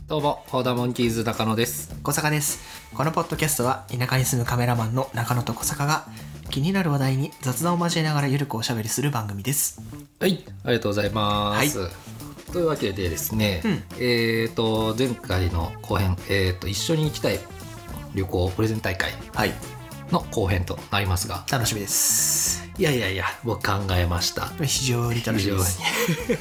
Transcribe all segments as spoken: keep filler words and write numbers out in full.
どうも、ホーダーモンキーズ中野です。 小坂です。このポッドキャストは田舎に住むカメラマンの中野と小坂が気になる話題に雑談を交えながらゆるくおしゃべりする番組です。 はい、ありがとうございます。はい、というわけでですね、うん、えっ、ー、と前回の後編、えっ、ー、と一緒に行きたい旅行プレゼン大会の後編となりますが、 楽しみです。 いやいやいや、僕考えました。 非常に楽しみです。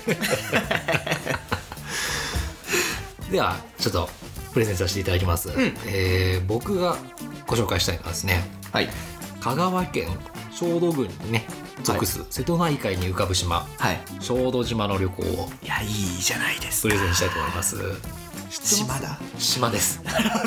ではちょっとプレゼンさせていただきます、うん、えー、僕がご紹介したいのはですね、はい、香川県小豆郡にね属す、はい、瀬戸内海に浮かぶ島、はい、小豆島の旅行をいやいいじゃないですかプレゼンしたいと思います。 島だ島です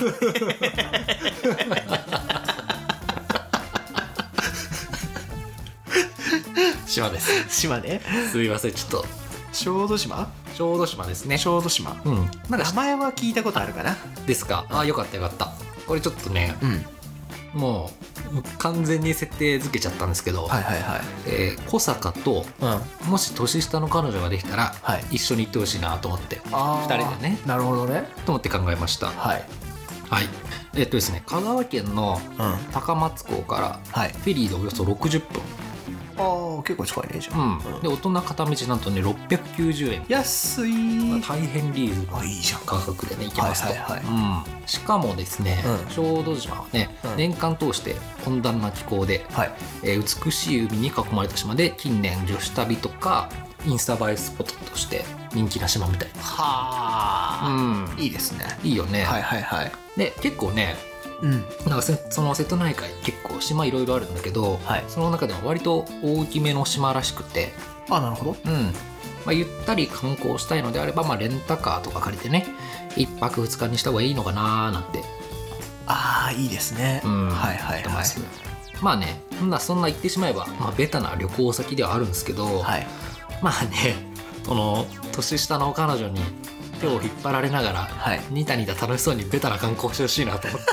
島です島ね、 すみません、ちょっと小豆島小豆島ですね。 小豆島、うん、なんか名前は聞いたことあるかな。 ですか。あ、よかったよかった。これちょっとね、うん、もう完全に設定づけちゃったんですけど、はいはいはい、えー、小坂と、うん、もし年下の彼女ができたら、はい、一緒に行ってほしいなと思って、ふたりでね、 なるほどねと思って考えました。はい、はい、えー、っとですね、香川県の高松港からフェリーでおよそろくじゅっぷん、 ああ結構近いねじゃあ、 うんうん、で大人片道なんとねろっぴゃくきゅうじゅうえん、 安い、 まあ、大変リーズナブル価格でね行けますと、はいはいはい、うん、しかもですね、うん、小豆島はね、うん、年間通して温暖な気候で、はい、えー、美しい海に囲まれた島で近年女子旅とかインスタ映えスポットとして人気な島みたいです。 はあ、うん、いいですね。 いいよね。 はいはいはい。 で結構ね、うん、なんかその瀬戸内海結構島いろいろあるんだけど、はい、その中でも割と大きめの島らしくて、 あ、なるほど、 うん、まあ、ゆったり観光したいのであれば、まあ、レンタカーとか借りてねいっぱくふつかにした方がいいのかななんて。 ああいいですね、うん、はいはいはい。 まあね、そんなそんな言ってしまえば、まあ、ベタな旅行先ではあるんですけど、はい、まあね、この年下の彼女に手を引っ張られながら、はい、ニタニタ楽しそうにベタな観光してほしいなと思って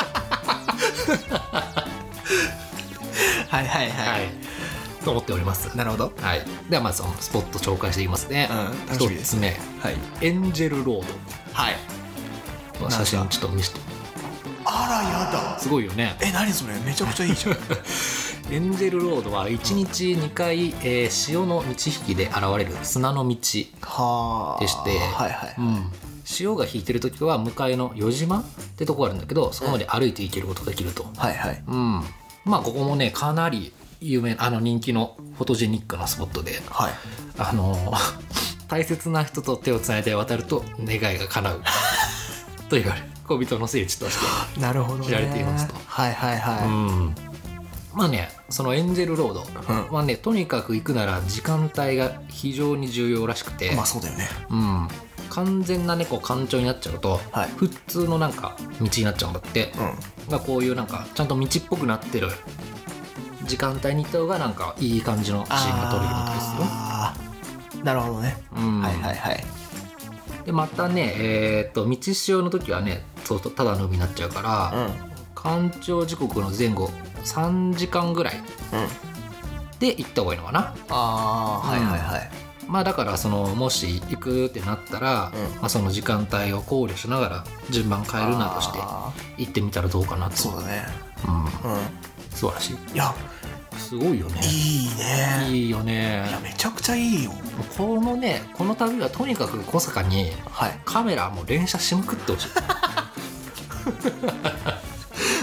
はいはいはい、はい、 と思っております。 なるほど、 はい、ではまずそのスポット紹介していきますね。 うん、楽しみですね。 はい、エンジェルロード、はい、写真ちょっと見せて。 あらやだ、 すごいよね。 え、何それ、めちゃくちゃいいじゃんエンジェルロードはいちにちにかい、えー、潮の満ち引きで現れる砂の道でして、はいはいはい、うん、潮が引いてる時は向かいの余島ってとこあるんだけど、そこまで歩いて行けることができると、うん、はいはい、うん、まあここもねかなり有名、あの人気のフォトジェニックなスポットで、はい、あの大切な人と手をつないで渡ると願いが叶うと言われる恋人の聖地として知られていますと。 はいはいはい、うん、 まあね、そのエンジェルロードはね、うん、とにかく行くなら時間帯が非常に重要らしくて、 まあそうだよね、 うん、完全なねこう干潮になっちゃうと、はい、普通のなんか道になっちゃうんだって、うん、がこういうなんかちゃんと道っぽくなってる時間帯に行った方がなんかいい感じのシーンが撮れるみたいですよ。 あー、なるほどね、うん、はいはいはい。 でまたね、えー、と道潮の時はねそうただの海になっちゃうから、うん、干潮時刻の前後さんじかんぐらいで行った方がいいのかな。 あー、はいはいはい、 うん、まあだからそのもし行くってなったら、うん、まあ、その時間帯を考慮しながら順番変えるなどして行ってみたらどうかなと。 そうだね、 うん、うん、素晴らしい。いやすごいよね。 いいね。 いいよね。 いやめちゃくちゃいいよ。 このねこの旅はとにかく小坂にカメラも連写しまくってほしい、はい、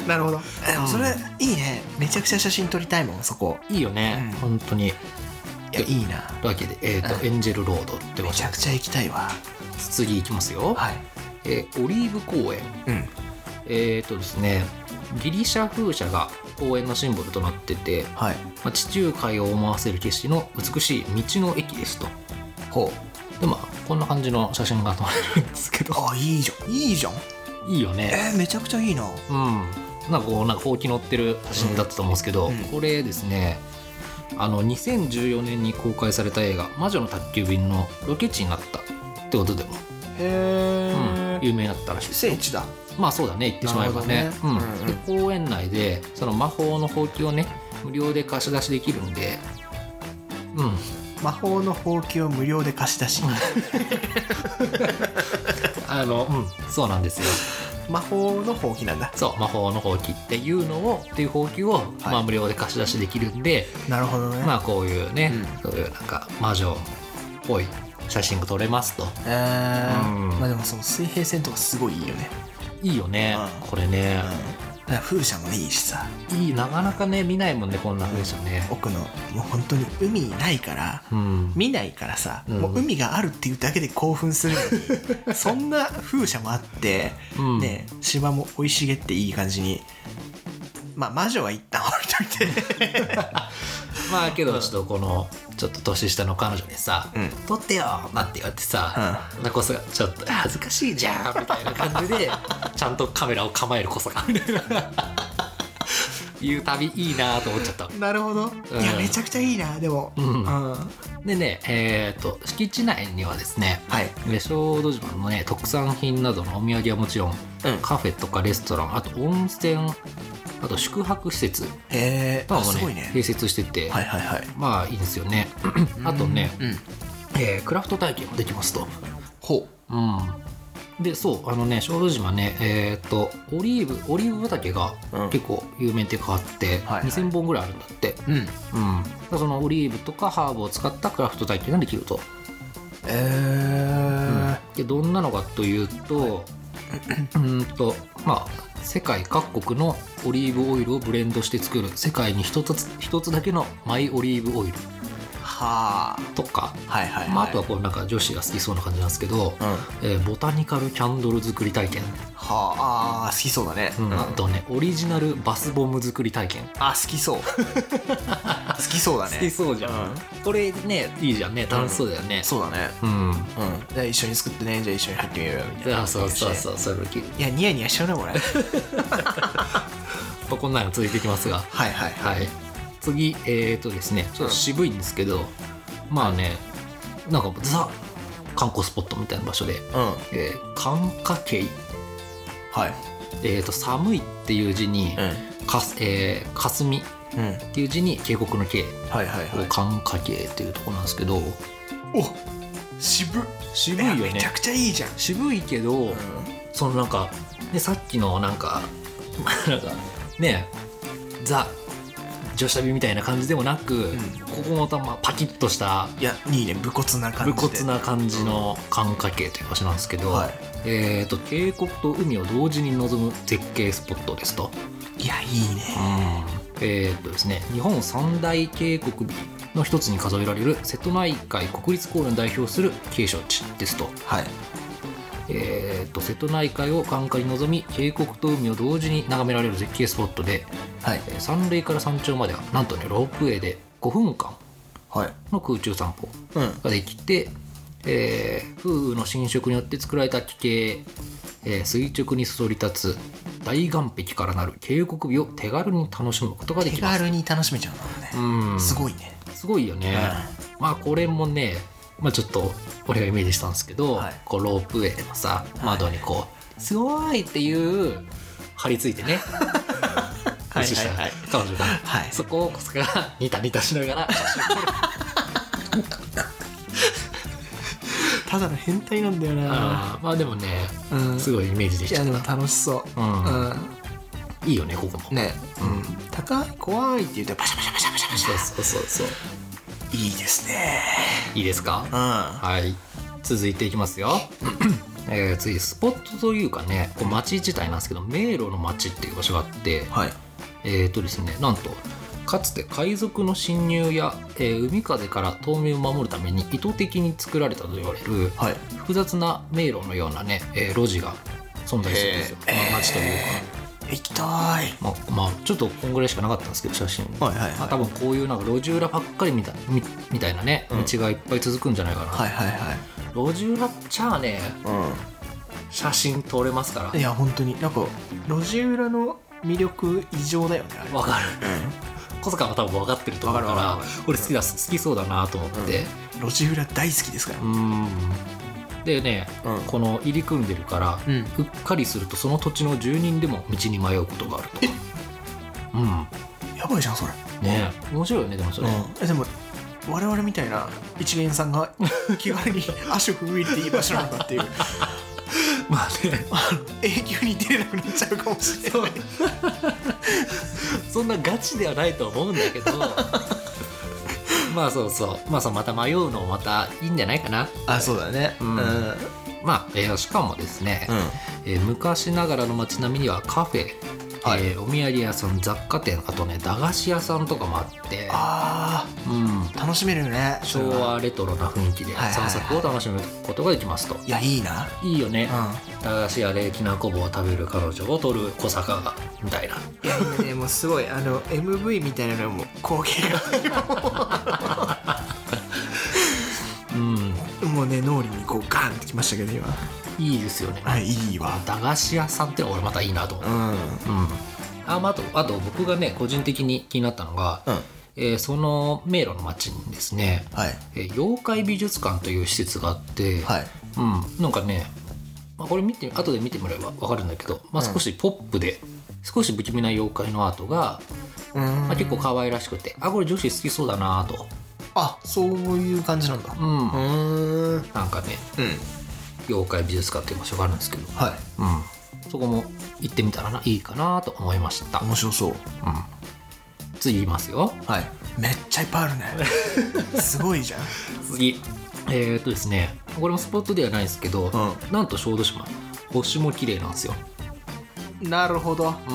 なるほど。でもそれ、うん、いいね。めちゃくちゃ写真撮りたいもんそこ。 いいよね、うん、本当に。いやいいな。 というわけで、えーとうん、エンジェルロードってめちゃくちゃ行きたいわ。 次行きますよ、はい、えー、オリーブ公園、うん、えーとですねギリシャ風車が公園のシンボルとなってて、はい、まあ、地中海を思わせる景色の美しい道の駅ですと。ほう。でまあこんな感じの写真が撮れるんですけど。 あ、いいじゃんいいじゃんいいよね。 えー、めちゃくちゃいいな。 うん、なんかこうなんかほうき乗ってる写真だったと思うんですけど、うんうん、これですね、あのにせんじゅうよねんに公開された映画魔女の宅急便のロケ地になったってことでも、へー、うん、有名になったらしい。 聖地だ。 まあそうだね、言ってしまえばね。うん、で公園内でその魔法のほうきをね無料で貸し出しできるんで、 うん、魔法のほうきを無料で貸し出しあのうんそうなんですよ。 魔法のほうきなんだ。 そう魔法のほうきっていうのをっていうほうきを、はいまあ、無料で貸し出しできるんで、 なるほどね。 まあこういうね、うん、そういうなんか魔女っぽい写真が撮れますと。 えーうん、まあでもその水平線とかすごいいいよね。 いいよね、うん、これね、 うん、風車もいいしさ。 いいなかなかね見ないもんねこんな風車ね、 うん、奥のもう本当に海ないから、うん、見ないからさ、うん、もう海があるっていうだけで興奮するのにそんな風車もあって、うん、ね芝も生い茂っていい感じに。まあ魔女は一旦置いといてまあけどちょっとこのちょっと年下の彼女にさ、うん、撮ってよなんて言われてさ、うん、なこそがちょっと恥ずかしいじゃんみたいな感じでちゃんとカメラを構えるこそがみたいないう旅いいなと思っちゃった。 なるほど、うん、いやめちゃくちゃいいなでも、うんうん、でねえー、っと敷地内にはですね、はい、小豆島のね特産品などのお土産はもちろん、うん、カフェとかレストランあと温泉あと宿泊施設へー、 ね、 すごいね併設してて、 はいはいはい、 まあいいですよねあとね、うんえー、クラフト体験もできますと。 ほう、うんでそうあのね小豆島ねえー、っとオリーブオリーブ畑が結構有名っていうかあって、うん、にせんぼんぐらいあるんだって、うんうん、そのオリーブとかハーブを使ったクラフト体験ができると。 えーうん、でどんなのかというと、はい、うんとまあ世界各国のオリーブオイルをブレンドして作る世界に一つ一つだけのマイオリーブオイルはとか、 はいはいはいまあ、あとはこうなんか女子が好きそうな感じなんですけど、うんえー、ボタニカルキャンドル作り体験はあ好きそうだね、 うん、あとねオリジナルバスボム作り体験あ好きそう好きそうだね好きそうじゃん、うん、これねいいじゃんね楽しそうだよね、 うん、そうだねうん、うん、じゃあ一緒に作ってねじゃあ一緒に入ってみようよみたいなそうそうそうそういやニヤニヤしちゃうねこれこんなの続いていきますがはいはいはい、はい次えーとですねちょっと渋いんですけど、うん、まあねなんかザ観光スポットみたいな場所で、うんえー、寒霞渓はいえーと寒いっていう字に、うんかえー、霞っていう字に渓谷の渓、うん、はいはいはい、寒霞渓っていうところなんですけどお渋渋いよねめちゃくちゃいいじゃん渋いけど、うん、そのなんか、ね、さっきのなんかなんかねザ女子旅みたいな感じでもなく、うん、ここもたまパキッとしたいやいいね武骨な感じで武骨な感じの寒霞渓という場所なんですけど、はい、えーと渓谷と海を同時に望む絶景スポットですと。 いやいいね、 うん、えーとですね日本三大渓谷美の一つに数えられる瀬戸内海国立公園を代表する景勝地ですと。 はいえー、と瀬戸内海を眼下に望み渓谷と海を同時に眺められる絶景スポットで、はい、山嶺から山頂まではなんとねロープウェイでごふんかんの空中散歩ができて、うんえー、風雨の浸食によって作られた奇景、えー、垂直にそそり立つ大岩壁からなる渓谷美を手軽に楽しむことができます。 手軽に楽しめちゃうのね、うん、すごいねすごいよね、うん、まあこれもねまあ、ちょっと俺がイメージしたんですけど、はい、こうロープウェイでもさ窓にこうすごいっていう張り付いてねはいはいはい彼女が、はい、そこをそこがニタニタしながら写真を撮るただの変態なんだよなあまあでもね、うん、すごいイメージできちゃった。 いやでも楽しそう、うんうん、いいよねここもね、うん、高い怖いって言ってパシャパシャパシャパシャパシャそうそうそうそういいですね。 いいですか、 うん、 はい続いていきますよ、えー、次スポットというかねこう街自体なんですけど迷路の街っていう場所があって、はい、えーとですねなんとかつて海賊の侵入や、えー、海風から島民を守るために意図的に作られたと言われる、はい、複雑な迷路のようなね、えー、路地が存在するんですよ、まあ、街というか行きたい、 まあ、まあちょっとこんぐらいしかなかったんですけど写真、 はいはいはいまあ、多分こういうなんか路地裏ばっかりみたい、み、みたいなね道がいっぱい続くんじゃないかな、うん、 はいはいはい路地裏っちゃあね、うん、写真撮れますから。 いや本当になんか路地裏の魅力異常だよねあれ。 わかる、うん、小坂は多分分かってると思うから俺好きだ好きそうだなと思って、 うん、路地裏大好きですから。 うんでね、うん、この入り組んでるから、うん、うっかりするとその土地の住人でも道に迷うことがあると。うん、 やばいじゃんそれ。 ね面白いよねでもそれ、うん、 えでも我々みたいな一元さんが気軽に足を踏み入れていい場所なんだっていうまあね永久に出れなくなっちゃうかもしれないそんなガチではないと思うんだけどまあそうそうまあさまた迷うのもまたいいんじゃないかな。 あそうだね、うん、うん、 まあ、えー、しかもですね、 うんえー、昔ながらの街並みにはカフェ、はい、えー、お土産屋さん、雑貨店、あとね駄菓子屋さんとかもあって、 ああ、うん、楽しめるよね。 昭和レトロな雰囲気で散策を楽しむことができますと。 いやいいな、 いいよね、うん、駄菓子屋できなこ棒を食べる彼女を撮る小坂がみたいな。 いやいやねもうすごいあの エムブイ みたいなのも光景がうん、もうね脳裏にこうガンってきましたけど今いいですよね。 はい、いいわ。 駄菓子屋さんって俺またいいなと思う。うん、うん、あ, あとあと僕がね個人的に気になったのが、うん、えー、その迷路の街にですね、はい、えー、妖怪美術館という施設があって、はい、うん、なんかね、まあ、これ見て後で見てもらえば分かるんだけど、まあ、少しポップで、うん、少し不気味な妖怪のアートが、まあ、結構可愛らしくて、あこれ女子好きそうだなと。 あそういう感じなんだ。うん、 うん、なんかね、うん、妖怪美術館っていう場所があるんですけど、はい、うん、そこも行ってみたらないいかなと思いました。 面白そう。うん、 次言いますよ。 はい。めっちゃいっぱいあるね。すごいじゃん。 次、えー、っとですね、これもスポットではないですけど、うん、なんと小豆島星も綺麗なんですよ。 なるほど。うん。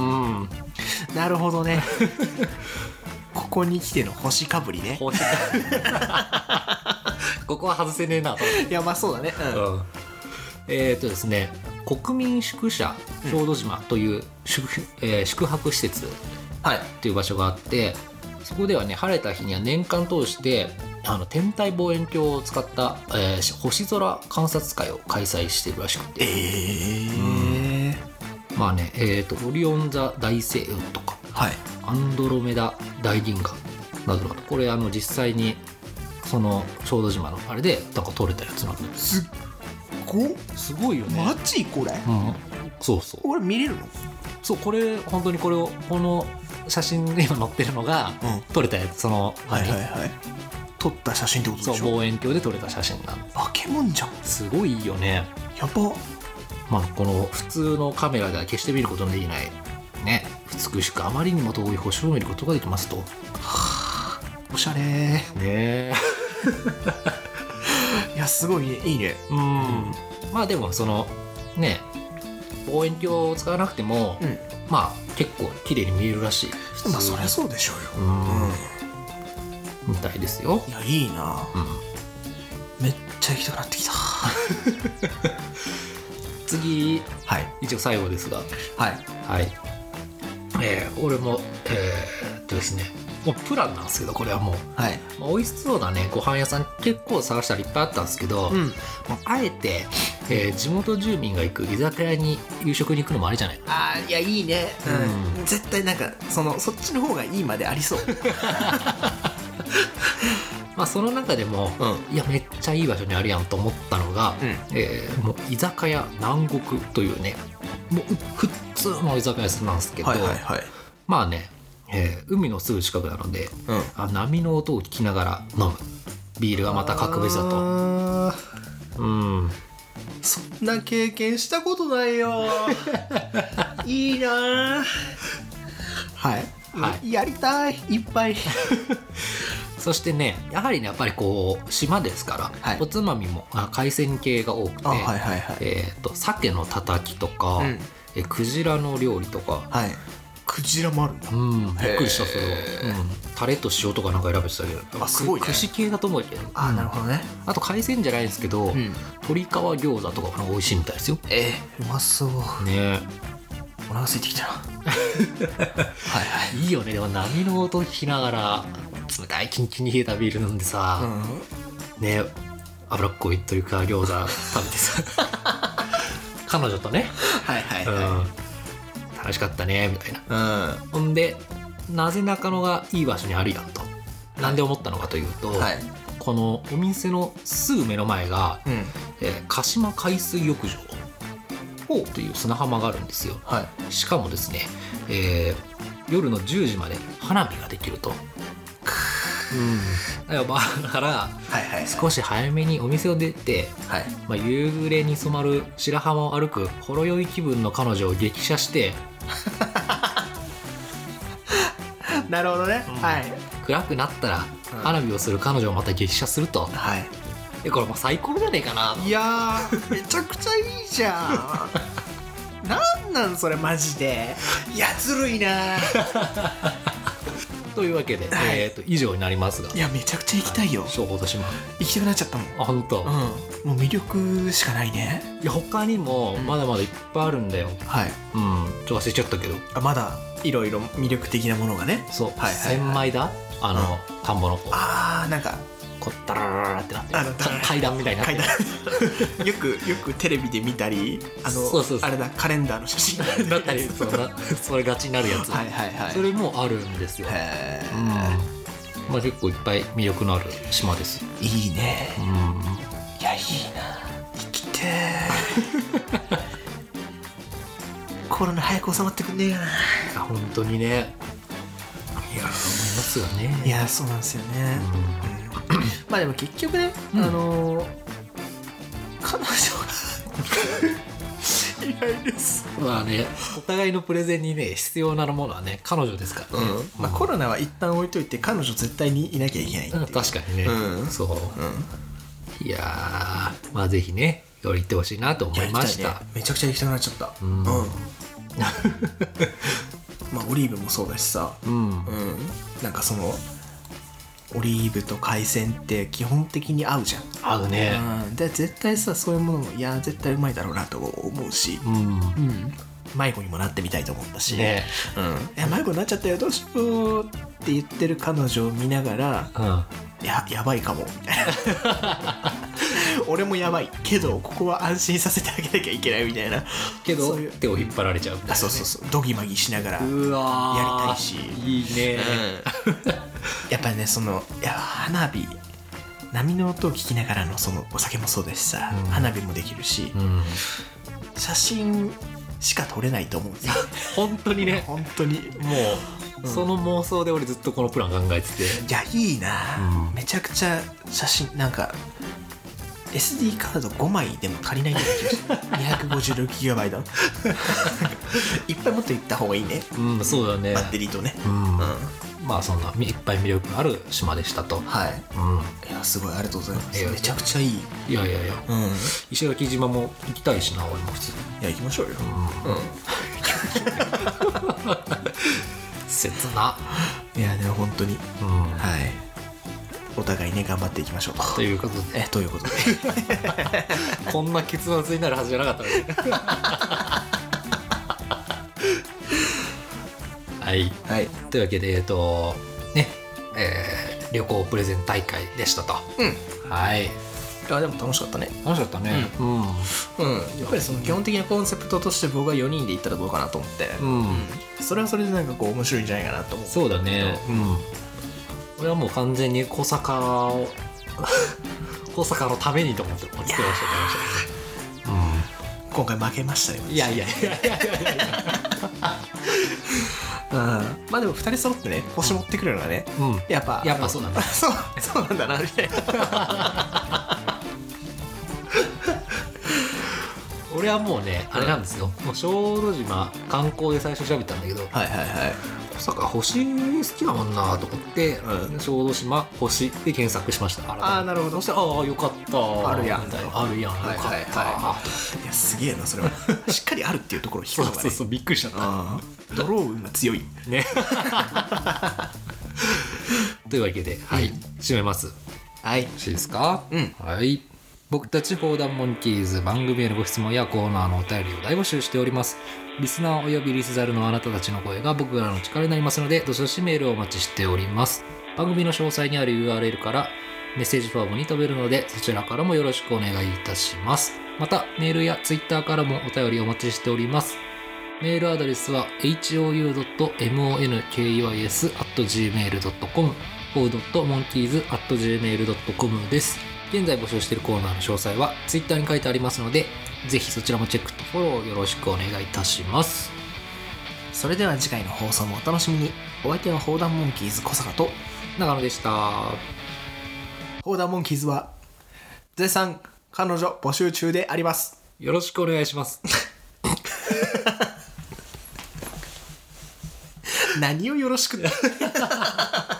なるほどね。ここに来ての星かぶりね。星かぶり。 ここは外せねえなと。 いやまあそうだね。うん。うん、 えー、っとですね、国民宿舎小豆島という宿、うん、えー、宿泊施設という場所があって、そこではね晴れた日には年間通してあの天体望遠鏡を使った、えー、星空観察会を開催しているらしくて、えーうん、まあね、えーと、オリオン座大星雲とか、はい、アンドロメダ大銀河などなど、これあの実際にその小豆島のあれでなんか撮れたやつなんです。 すっごすごいよね。 マジこれ、 うん、そうそう、 これ見れるの？ そう、これ本当にこれをこの写真に今載ってるのが、うん、撮れたやつ、その、 はいはいはい、撮った写真ってことでしょ？ そう、望遠鏡で撮れた写真なんです。 バケモンじゃん。すごいいいよね。やば。 まあこの普通のカメラでは決して見ることのできないね、美しくあまりにも遠い星を見ることができますと。はあ、おしゃれねえ。 いやすごいいいね。 うん。まあでもそのね、望遠鏡を使わなくても、うん、まあ結構綺麗に見えるらしい。 まあそりゃそうでしょうよ。うん、 うん、みたいですよ。 いやいいな、うん、めっちゃ行きたくなってきた。 次、はい、一応最後ですが、 はいはい、えー、俺もえー、っとですね、もうプランなんですけど、これはもう、はい、まあ、美味しそうなねご飯屋さん結構探したらいっぱいあったんですけど、うん、もうあえて、えー、地元住民が行く居酒屋に夕食に行くのもありじゃない。 あー、いやいいね、うん、絶対なんかそのそっちの方がいいまでありそう。 まあその中でも、うん、いやめっちゃいい場所にあるやんと思ったのが、うん、えー、もう居酒屋南国というね、もう普通の居酒屋さんなんですけど、はいはいはい、まあね、えー、海のすぐ近くなので、うん、あ波の音を聞きながら飲むビールがまた格別だと。うん、 そんな経験したことないよ。いいな。はい、はい、やりたい、いっぱい。 そしてね、やはりね、やっぱりこう島ですから、はい、おつまみも海鮮系が多くて、はいはいはい、えーと、鮭のたたきとか、うん、えクジラの料理とか、 はい、クジラもあるんだ。 うん、びっくりしたそれは、うん、タレと塩とかなんか選べてたけど、 あ、すごいね、 串系だと思うけど、 あ、うん、なるほどね。 あと海鮮じゃないんですけど、うん、鶏皮餃子とかも美味しいみたいですよ。 えー、うまそうね。お腹空いてきたな。はいはい、 いいよね。でも波の音聞きながら冷たいキンキンに冷えたビール飲んでさ、うん、ね、脂っこい鶏皮餃子食べてさ、彼女とね、はいはいはい、うん、楽しかったねみたいな、うん、ほんでなぜ中野がいい場所にあるやんと、なんで思ったのかというと、はい、このお店のすぐ目の前が、うん、えー、鹿島海水浴場という砂浜があるんですよ、はい、しかもですね、えー、夜のじゅうじまで花火ができると。 だからまあだから、 はいはいはい、 少し早めにお店を出て、 はい、 まあ、夕暮れに染まる白浜を歩くほろ酔い気分の彼女を激写してなるほどね、うん、はい、 暗くなったら花火をする彼女をまた激写すると、はい、でこれもう最高じゃねえかな。 いやーめちゃくちゃいいじゃんなんなんそれマジで、いやずるいなというわけで、はい、えー、と以上になりますが、 いやめちゃくちゃ行きたいよ、 小豆島行きたくなっちゃったもん。 あ本当、うん、 もう魅力しかないね。 いや他にもまだまだいっぱいあるんだよ、うん、はい、うん、ちょっと忘れちゃったけど、 あまだいろいろ魅力的なものがね。 そう、はいはいはい、千枚田あの、うん、田んぼの子、 あーなんかこうダララララってなってる階段みたいになってるよくよくテレビで見たり、あのそうそうそう、あれだカレンダーの写真だったりそんなそれがちになるやつはいはい、はい、それもあるんですよ。へー、うん、まあ、結構いっぱい魅力のある島です。 いいね、うん、いやいいな、生きてコロナ早く収まってくんねえかな。 本当にね、いや思いますよね。 いやそうなんですよね、うんうん、まあでも結局ね、うん、あのー、彼女がいないです。 まあね、お互いのプレゼンにね必要なものはね彼女ですからね、うん、 まあ、コロナは一旦置いといて彼女絶対にいなきゃいけないっていう、うん、 確かにね、うん、そう、うん、いやまあぜひねより行ってほしいなと思いました、ね、 めちゃくちゃ行きたくなっちゃった、うん、うんまあオリーブもそうだしさ、うん、うん、なんかそのオリーブと海鮮って基本的に合うじゃん。 合うね、 うん、で絶対さそういうものもいや絶対うまいだろうなと思うし、うん、うん、迷子にもなってみたいと思ったし、ね、うん、いや迷子になっちゃったよどうしようって言ってる彼女を見ながら、うん、いややばいかもみたいな俺もやばいけどここは安心させてあげなきゃいけないみたいなけど手を引っ張られちゃうみたいな、ね、 あそうそうそうドギマギしながらやりたいし、 いいね、 うん、やっぱりねそのいや花火波の音を聞きながらのそのお酒もそうですしさ、うん、花火もできるし、うん、写真しか撮れないと思うんですよ本当にね本当にもう、うん、その妄想で俺ずっとこのプラン考えてて、 いやいいな、うん、めちゃくちゃ写真なんかエスディー カードごまいでも足りないんだよにひゃくごじゅうろくギガバイトいっぱい持っていった方がいいね、 うん、そうだね、 バッテリーとね、 うんうん、まあそんないっぱい魅力ある島でしたと。はい、うん、 いやすごいありがとうございます。めちゃくちゃいい。 いやいやいや、うん、石垣島も行きたいしな俺も普通に。 いや行きましょうよ、うんうん、 切な。 いやでも本当に、うん、はいお互いね頑張っていきましょうと。 ということで。 えということで。 こんな結末になるはずじゃなかったので。はい、はい。というわけでえっとね、えー、旅行プレゼン大会でしたと。うん。はい。いやでも楽しかったね。 楽しかったね。うん。うん。うん、やっぱりその基本的なコンセプトとして僕はよにんで行ったらどうかなと思って。うん。それはそれでなんかこう面白いんじゃないかなと思って。 そうだね。うん。俺はもう完全に小坂を小坂のためにと思って作らせてもらいましたね、 うん、今回負けましたよ。 いやいやいやいやいやいやうん、まあでもふたり揃ってね星持ってくるのはね、うん、やっぱやっぱそうなんだそうそうなんだなみたいな俺はもうねあれなんですよ、もう小豆島観光で最初調べたんだけど、はいはいはい、小坂星好きだもんなと思って、うん、小豆島星で検索しました。 ああなるほど。 そしてああよかったあるやんあるやんよかった、はいはいはい、いやすげえなそれはしっかりあるっていうところを引くのがねそうそうそうびっくりしちゃったドロー運が強いねというわけではい、うん、締めます。 はいよろしいですか。 うんはい。僕たち砲弾モンキーズ番組へのご質問やコーナーのお便りを大募集しております。リスナーおよびリスザルのあなたたちの声が僕らの力になりますのでどしどしメールをお待ちしております。番組の詳細にある ユーアールエル からメッセージフォームに飛べるのでそちらからもよろしくお願いいたします。またメールやツイッターからもお便りお待ちしております。メールアドレスは エイチオーユードットモンキーズ アット ジーメール ドットコム フォードットモンキーズ アット ジーメール ドットコム です。現在募集しているコーナーの詳細はツイッターに書いてありますのでぜひそちらもチェックとフォローよろしくお願いいたします。 それでは次回の放送もお楽しみに。 お相手は砲弾モンキーズ小坂と長野でした。 砲弾モンキーズは絶賛彼女募集中であります。 よろしくお願いします何をよろしく